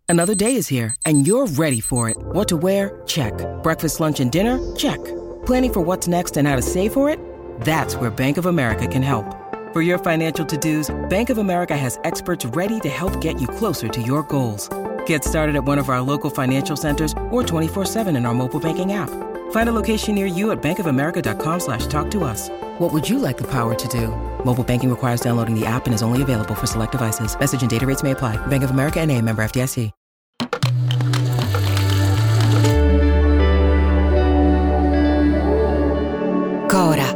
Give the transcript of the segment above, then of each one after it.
Another day is here, and you're ready for it. What to wear? Check. Breakfast, lunch, and dinner? Check. Planning for what's next and how to save for it? That's where Bank of America can help. For your financial to-dos, Bank of America has experts ready to help get you closer to your goals. Get started at one of our local financial centers or 24/7 in our mobile banking app. Find a location near you at bankofamerica.com/talktous. What would you like the power to do? Mobile banking requires downloading the app and is only available for select devices. Message and data rates may apply. Bank of America N.A., member FDIC. Cora.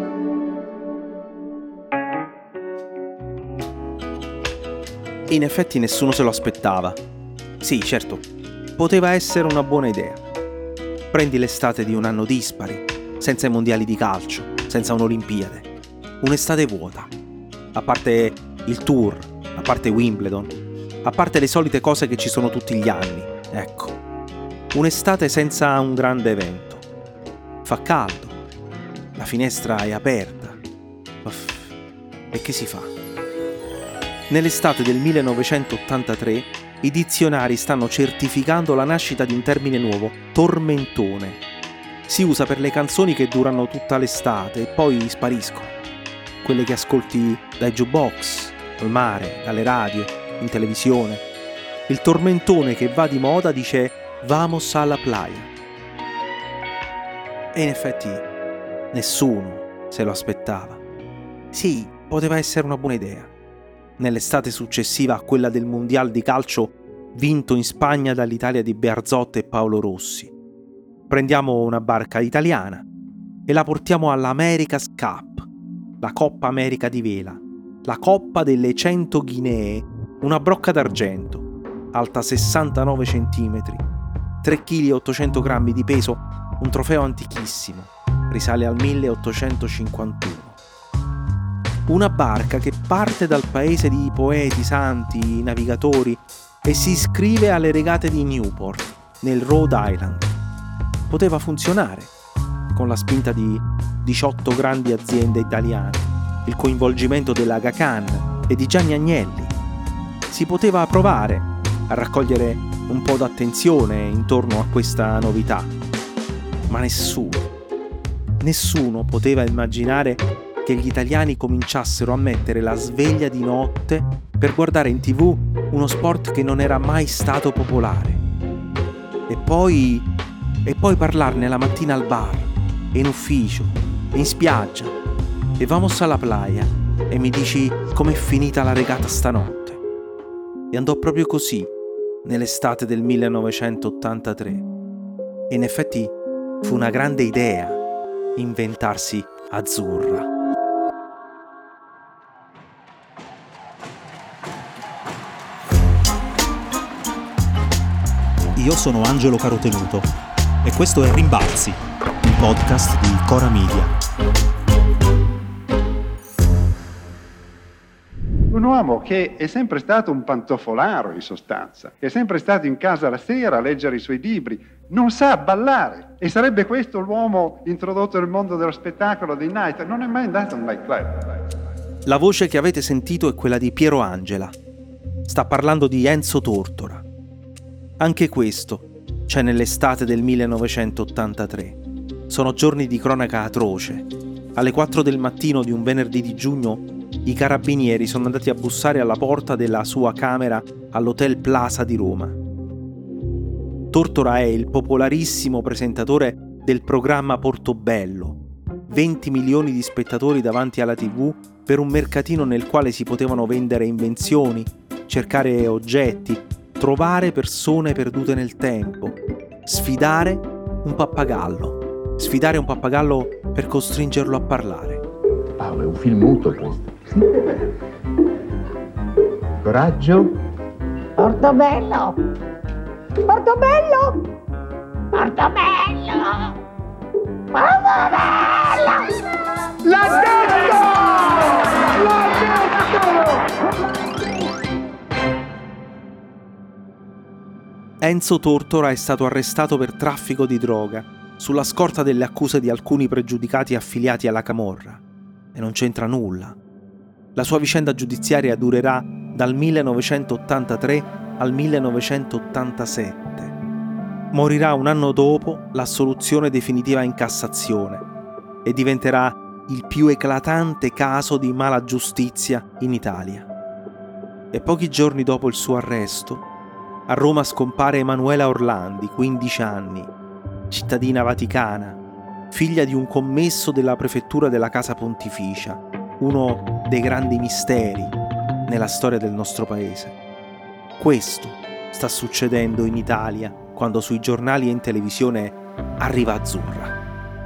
In effetti nessuno se lo aspettava. Sì, certo, poteva essere una buona idea. Prendi l'estate di un anno dispari, senza i mondiali di calcio, senza un'Olimpiade. Un'estate vuota. A parte il tour, a parte Wimbledon, a parte le solite cose che ci sono tutti gli anni. Ecco, un'estate senza un grande evento. Fa caldo, la finestra è aperta. Uff, e che si fa? Nell'estate del 1983 i dizionari stanno certificando la nascita di un termine nuovo, tormentone. Si usa per le canzoni che durano tutta l'estate e poi spariscono. Quelle che ascolti dai jukebox, al mare, dalle radio, in televisione. Il tormentone che va di moda dice "Vamos a la playa". E in effetti nessuno se lo aspettava. Sì, poteva essere una buona idea. Nell'estate successiva a quella del mondial di calcio vinto in Spagna dall'Italia di Bearzot e Paolo Rossi. Prendiamo una barca italiana e la portiamo all'America's Cup, la Coppa America di vela, la Coppa delle 100 Guinee, una brocca d'argento, alta 69 cm, 3 kg e 800 grammi di peso, un trofeo antichissimo, risale al 1851. Una barca che parte dal paese di poeti, santi, navigatori e si iscrive alle regate di Newport, nel Rhode Island. Poteva funzionare, con la spinta di 18 grandi aziende italiane, il coinvolgimento dell'Aga Khan e di Gianni Agnelli. Si poteva provare a raccogliere un po' d'attenzione intorno a questa novità, ma nessuno poteva immaginare che gli italiani cominciassero a mettere la sveglia di notte per guardare in TV uno sport che non era mai stato popolare. E poi parlarne la mattina al bar, e in ufficio, e in spiaggia, e vamos alla playa, e mi dici com'è finita la regata stanotte. E andò proprio così, nell'estate del 1983. E in effetti fu una grande idea inventarsi Azzurra. Io sono Angelo Carotenuto e questo è Rimbalzi, un podcast di Cora Media. Un uomo che è sempre stato un pantofolaro in sostanza, che è sempre stato in casa la sera a leggere i suoi libri, non sa ballare. E sarebbe questo l'uomo introdotto nel mondo dello spettacolo, dei night. Non è mai andato a un nightclub. La voce che avete sentito è quella di Piero Angela. Sta parlando di Enzo Tortora. Anche questo c'è nell'estate del 1983. Sono giorni di cronaca atroce. Alle 4 del mattino di un venerdì di giugno i carabinieri sono andati a bussare alla porta della sua camera all'Hotel Plaza di Roma. Tortora è il popolarissimo presentatore del programma Portobello. 20 milioni di spettatori davanti alla TV per un mercatino nel quale si potevano vendere invenzioni, cercare oggetti, trovare persone perdute nel tempo, sfidare un pappagallo per costringerlo a parlare. Paolo, è un film muto questo. Sì. Coraggio. Portobello! Portobello! Portobello! Portobello! L'ha detto! Enzo Tortora è stato arrestato per traffico di droga sulla scorta delle accuse di alcuni pregiudicati affiliati alla camorra. E non c'entra nulla. La sua vicenda giudiziaria durerà dal 1983 al 1987. Morirà un anno dopo l'assoluzione definitiva in Cassazione e diventerà il più eclatante caso di mala giustizia in Italia. E pochi giorni dopo il suo arresto, a Roma scompare Emanuela Orlandi, 15 anni, cittadina vaticana, figlia di un commesso della prefettura della Casa Pontificia, uno dei grandi misteri nella storia del nostro paese. Questo sta succedendo in Italia quando sui giornali e in televisione arriva Azzurra.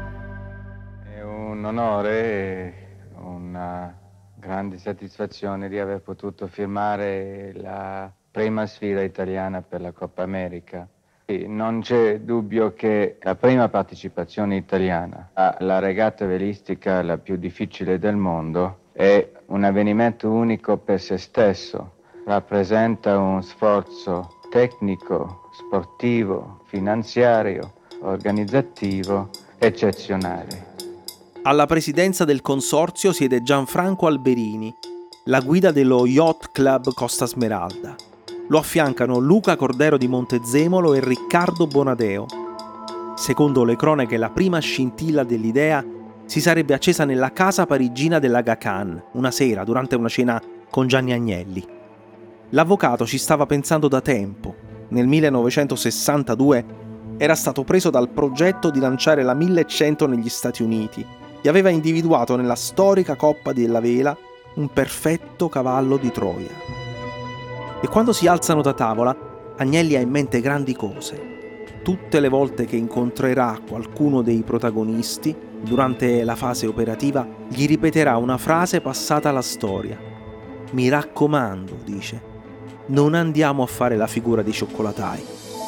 È un onore, una grande soddisfazione di aver potuto firmare la prima sfida italiana per la Coppa America. Non c'è dubbio che la prima partecipazione italiana alla regata velistica, la più difficile del mondo, è un avvenimento unico per se stesso. Rappresenta un sforzo tecnico, sportivo, finanziario, organizzativo eccezionale. Alla presidenza del consorzio siede Gianfranco Alberini, la guida dello Yacht Club Costa Smeralda. Lo affiancano Luca Cordero di Montezemolo e Riccardo Bonadeo. Secondo le cronache, la prima scintilla dell'idea si sarebbe accesa nella casa parigina dell'Aga Khan, una sera durante una cena con Gianni Agnelli. L'avvocato ci stava pensando da tempo. Nel 1962 era stato preso dal progetto di lanciare la 1100 negli Stati Uniti e aveva individuato nella storica Coppa della Vela un perfetto cavallo di Troia. E quando si alzano da tavola, Agnelli ha in mente grandi cose. Tutte le volte che incontrerà qualcuno dei protagonisti, durante la fase operativa, gli ripeterà una frase passata alla storia. Mi raccomando, dice, non andiamo a fare la figura dei cioccolatai.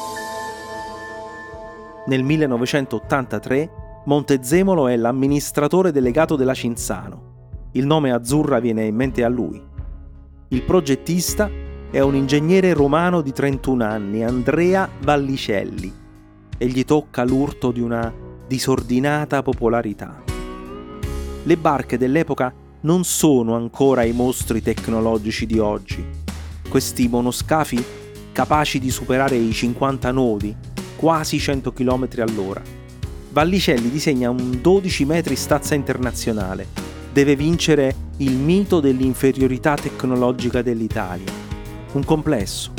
Nel 1983 Montezemolo è l'amministratore delegato della Cinzano. Il nome Azzurra viene in mente a lui. Il progettista è un ingegnere romano di 31 anni, Andrea Vallicelli, e gli tocca l'urto di una disordinata popolarità. Le barche dell'epoca non sono ancora i mostri tecnologici di oggi. Questi monoscafi capaci di superare i 50 nodi, quasi 100 km all'ora. Vallicelli disegna un 12 metri stazza internazionale. Deve vincere il mito dell'inferiorità tecnologica dell'Italia. Un complesso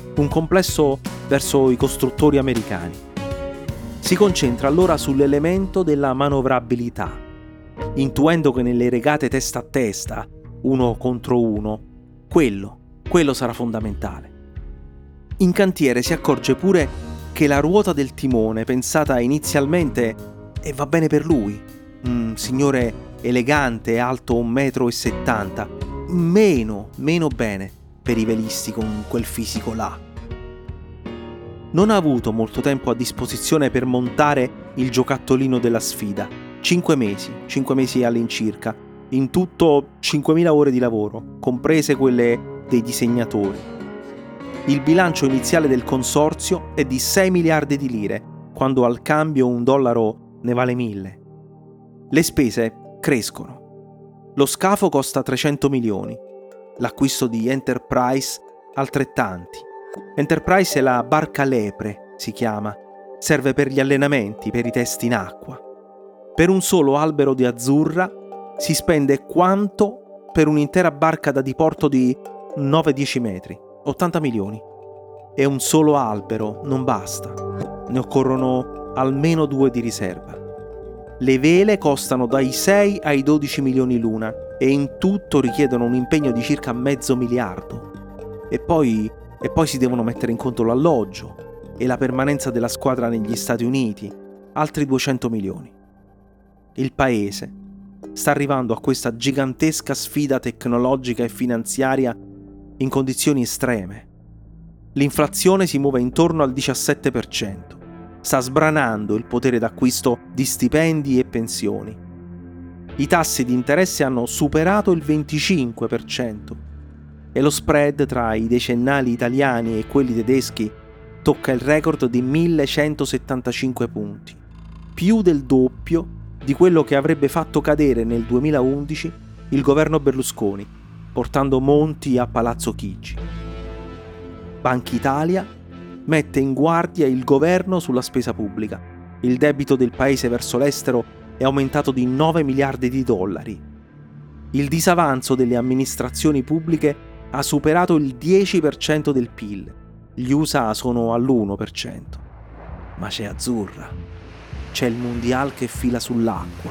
verso i costruttori americani. Si concentra allora sull'elemento della manovrabilità, intuendo che nelle regate testa a testa, uno contro uno, quello sarà fondamentale. In cantiere si accorge pure che la ruota del timone, pensata inizialmente, e va bene per lui, un signore elegante, alto 1,70 m, meno bene per i velisti con quel fisico là. Non ha avuto molto tempo a disposizione per montare il giocattolino della sfida. 5 mesi all'incirca, in tutto 5.000 ore di lavoro, comprese quelle dei disegnatori. Il bilancio iniziale del consorzio è di 6 miliardi di lire, quando al cambio $1 ne vale 1.000. Le spese crescono. Lo scafo costa 300 milioni. L'acquisto di Enterprise altrettanti. Enterprise è la barca lepre, si chiama. Serve per gli allenamenti, per i test in acqua. Per un solo albero di Azzurra si spende quanto per un'intera barca da diporto di 9-10 metri, 80 milioni. E un solo albero non basta. Ne occorrono almeno 2 di riserva. Le vele costano dai 6 ai 12 milioni l'una e in tutto richiedono un impegno di circa $500 milioni. E poi si devono mettere in conto l'alloggio e la permanenza della squadra negli Stati Uniti, altri 200 milioni. Il paese sta arrivando a questa gigantesca sfida tecnologica e finanziaria in condizioni estreme. L'inflazione si muove intorno al 17%. Sta sbranando il potere d'acquisto di stipendi e pensioni. I tassi di interesse hanno superato il 25% e lo spread tra i decennali italiani e quelli tedeschi tocca il record di 1.175 punti, più del doppio di quello che avrebbe fatto cadere nel 2011 il governo Berlusconi, portando Monti a Palazzo Chigi. Banca Italia mette in guardia il governo sulla spesa pubblica. Il debito del paese verso l'estero è aumentato di 9 miliardi di dollari. Il disavanzo delle amministrazioni pubbliche ha superato il 10% del PIL. Gli USA sono all'1%. Ma c'è Azzurra. C'è il mondial che fila sull'acqua.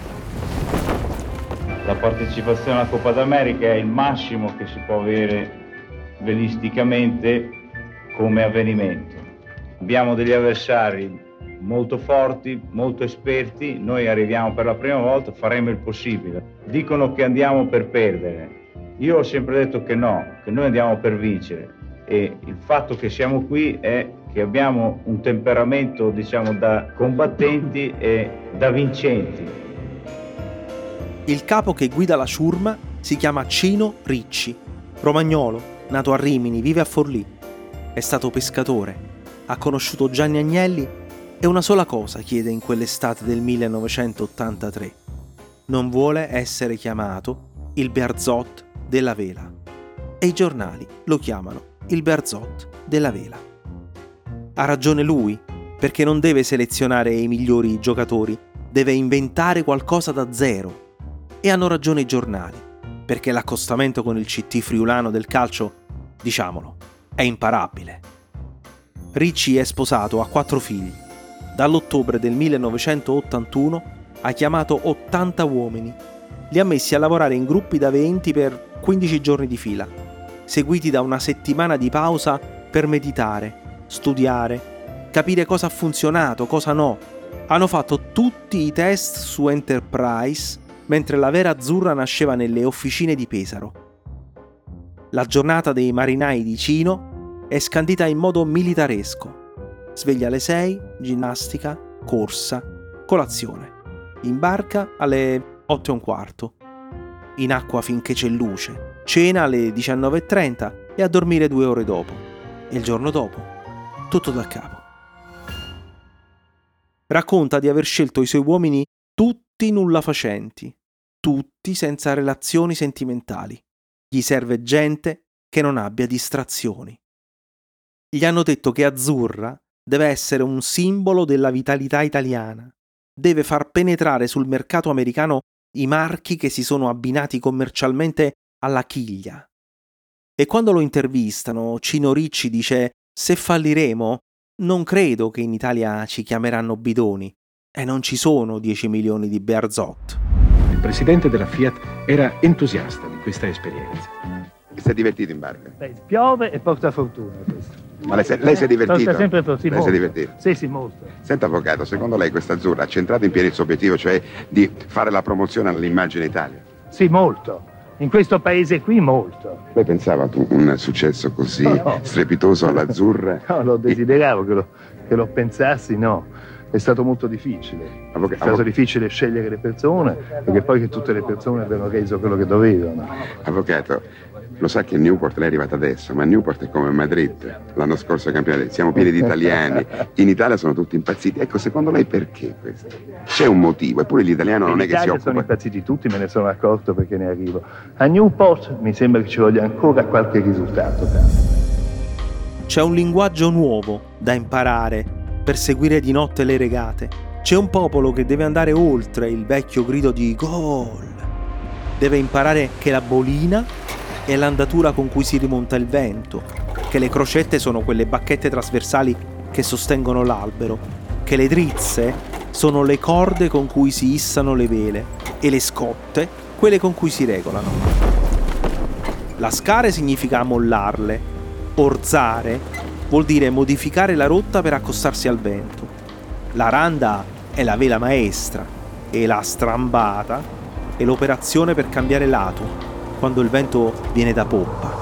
La partecipazione alla Coppa d'America è il massimo che si può avere velisticamente come avvenimento. Abbiamo degli avversari molto forti, molto esperti, noi arriviamo per la prima volta, faremo il possibile. Dicono che andiamo per perdere. Io ho sempre detto che no, che noi andiamo per vincere. E il fatto che siamo qui è che abbiamo un temperamento, diciamo, da combattenti e da vincenti. Il capo che guida la ciurma si chiama Cino Ricci, romagnolo, nato a Rimini, vive a Forlì. È stato pescatore, ha conosciuto Gianni Agnelli e una sola cosa chiede in quell'estate del 1983. Non vuole essere chiamato il Bearzot della vela. E i giornali lo chiamano il Bearzot della vela. Ha ragione lui, perché non deve selezionare i migliori giocatori, deve inventare qualcosa da zero. E hanno ragione i giornali, perché l'accostamento con il CT friulano del calcio, diciamolo, è imparabile. Ricci è sposato, ha 4 figli. Dall'ottobre del 1981 ha chiamato 80 uomini. Li ha messi a lavorare in gruppi da 20 per 15 giorni di fila, seguiti da una settimana di pausa per meditare, studiare, capire cosa ha funzionato, cosa no. Hanno fatto tutti i test su Enterprise, mentre la vera Azzurra nasceva nelle officine di Pesaro. La giornata dei marinai di Cino è scandita in modo militaresco. Sveglia alle 6, ginnastica, corsa, colazione. In barca alle 8:15. In acqua finché c'è luce. Cena alle 19:30 e a dormire 2 ore dopo. E il giorno dopo, tutto da capo. Racconta di aver scelto i suoi uomini tutti nulla facenti, tutti senza relazioni sentimentali. Gli serve gente che non abbia distrazioni. Gli hanno detto che Azzurra deve essere un simbolo della vitalità italiana, deve far penetrare sul mercato americano i marchi che si sono abbinati commercialmente alla chiglia. E quando lo intervistano, Cino Ricci dice: se falliremo, non credo che in Italia ci chiameranno bidoni, e non ci sono 10 milioni di Bearzot. Il presidente della Fiat era entusiasta di questa esperienza. Si è divertito in barca? Beh, piove e porta fortuna questo. Ma lei si è divertito? Sempre sì, lei si è divertito? Sì, molto. Senta, avvocato, secondo lei questa Azzurra ha centrato in pieno il suo obiettivo, cioè di fare la promozione all'immagine Italia? Sì, molto. In questo paese qui molto. Lei pensava a un successo così strepitoso all'Azzurra? No, lo desideravo che lo pensassi, no. È stato molto difficile. È stato difficile scegliere le persone, perché poi che tutte le persone abbiano reso quello che dovevano. Avvocato, lo sa che Newport lei è arrivata adesso, ma Newport è come Madrid, l'anno scorso ai campionati, siamo pieni di italiani, in Italia sono tutti impazziti. Ecco, secondo lei perché questo? C'è un motivo, eppure l'italiano non è che si occupa. Sono impazziti tutti, me ne sono accorto perché ne arrivo. A Newport mi sembra che ci voglia ancora qualche risultato. C'è un linguaggio nuovo da imparare per seguire di notte le regate. C'è un popolo che deve andare oltre il vecchio grido di gol. Deve imparare che la bolina è l'andatura con cui si rimonta il vento, che le crocette sono quelle bacchette trasversali che sostengono l'albero, che le drizze sono le corde con cui si issano le vele e le scotte quelle con cui si regolano. Lascare significa mollarle, orzare vuol dire modificare la rotta per accostarsi al vento. La randa è la vela maestra e la strambata è l'operazione per cambiare lato quando il vento viene da poppa.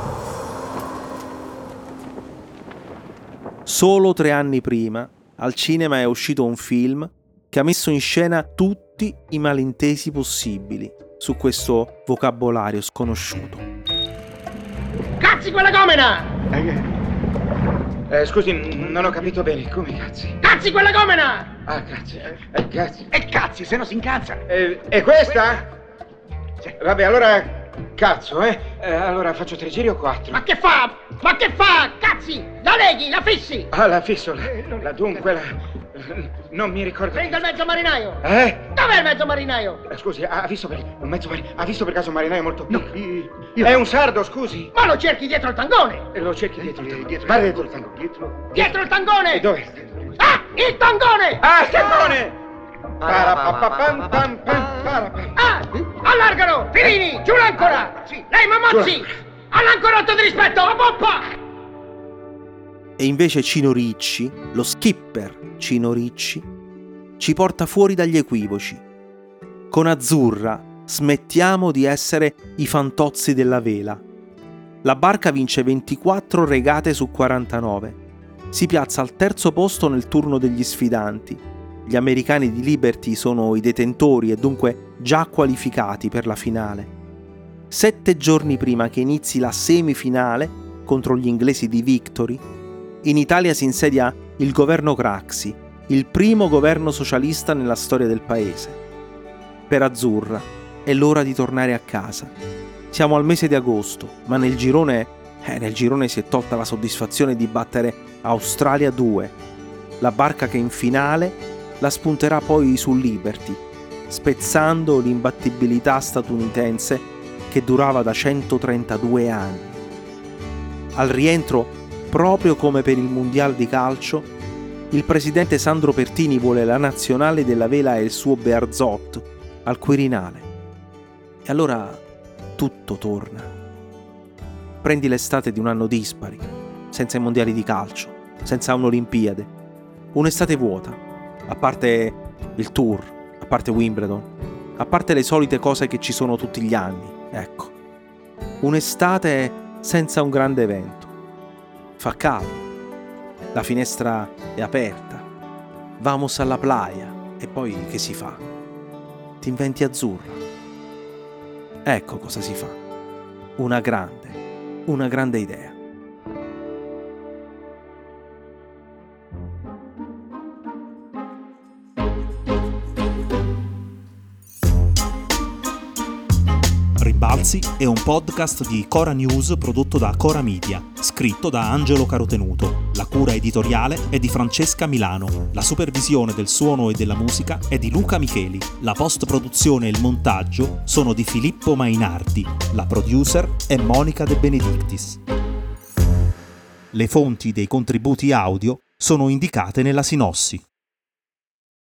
Solo 3 anni prima al cinema è uscito un film che ha messo in scena tutti i malintesi possibili su questo vocabolario sconosciuto. Cazzi quella gomena! Scusi, non ho capito bene, come cazzi? Cazzi quella gomena! Ah, cazzi. Cazzi. E cazzi, se no si incazza. E questa? Sì. Vabbè, allora Cazzo, allora faccio 3 giri o 4? Ma che fa? Ma che fa? Cazzi! La leghi, la fissi! Ah, la fisso, la dunque, non mi ricordo. Prenda il mezzo marinaio! Dov'è il mezzo marinaio? Scusi, ha visto per caso un marinaio molto piccolo? È un sardo, scusi. Ma lo cerchi dietro il tangone! Lo cerchi dietro il tangone. Guarda dietro il tangone. Dietro il tangone! E dov'è? Ah, il tangone! Ah, il tangone! Allargalo! Pirini, giù l'ancora! Lei Mamozzi! All'ancorotto di rispetto, a poppa! E invece Cino Ricci, lo skipper Cino Ricci, ci porta fuori dagli equivoci. Con Azzurra smettiamo di essere i fantozzi della vela. La barca vince 24 regate su 49. Si piazza al terzo posto nel turno degli sfidanti. Gli americani di Liberty sono i detentori e dunque già qualificati per la finale. 7 giorni prima che inizi la semifinale contro gli inglesi di Victory, in Italia si insedia il governo Craxi, il primo governo socialista nella storia del paese. Per Azzurra è l'ora di tornare a casa. Siamo al mese di agosto, ma nel girone si è tolta la soddisfazione di battere Australia 2, la barca che in finale la spunterà poi su Liberty, spezzando l'imbattibilità statunitense che durava da 132 anni. Al rientro, proprio come per il Mondial di calcio, il presidente Sandro Pertini vuole la nazionale della vela e il suo Bearzot al Quirinale. E allora tutto torna. Prendi l'estate di un anno dispari, senza i mondiali di calcio, senza un'Olimpiade, un'estate vuota, a parte il tour, a parte Wimbledon, a parte le solite cose che ci sono tutti gli anni, ecco. Un'estate senza un grande evento. Fa caldo, la finestra è aperta, vamos alla playa e poi che si fa? Ti inventi Azzurra. Ecco cosa si fa. Una grande idea. Rimbalzi è un podcast di Cora News prodotto da Cora Media, scritto da Angelo Carotenuto. La cura editoriale è di Francesca Milano, la supervisione del suono e della musica è di Luca Micheli, la post-produzione e il montaggio sono di Filippo Mainardi, la producer è Monica De Benedictis. Le fonti dei contributi audio sono indicate nella sinossi.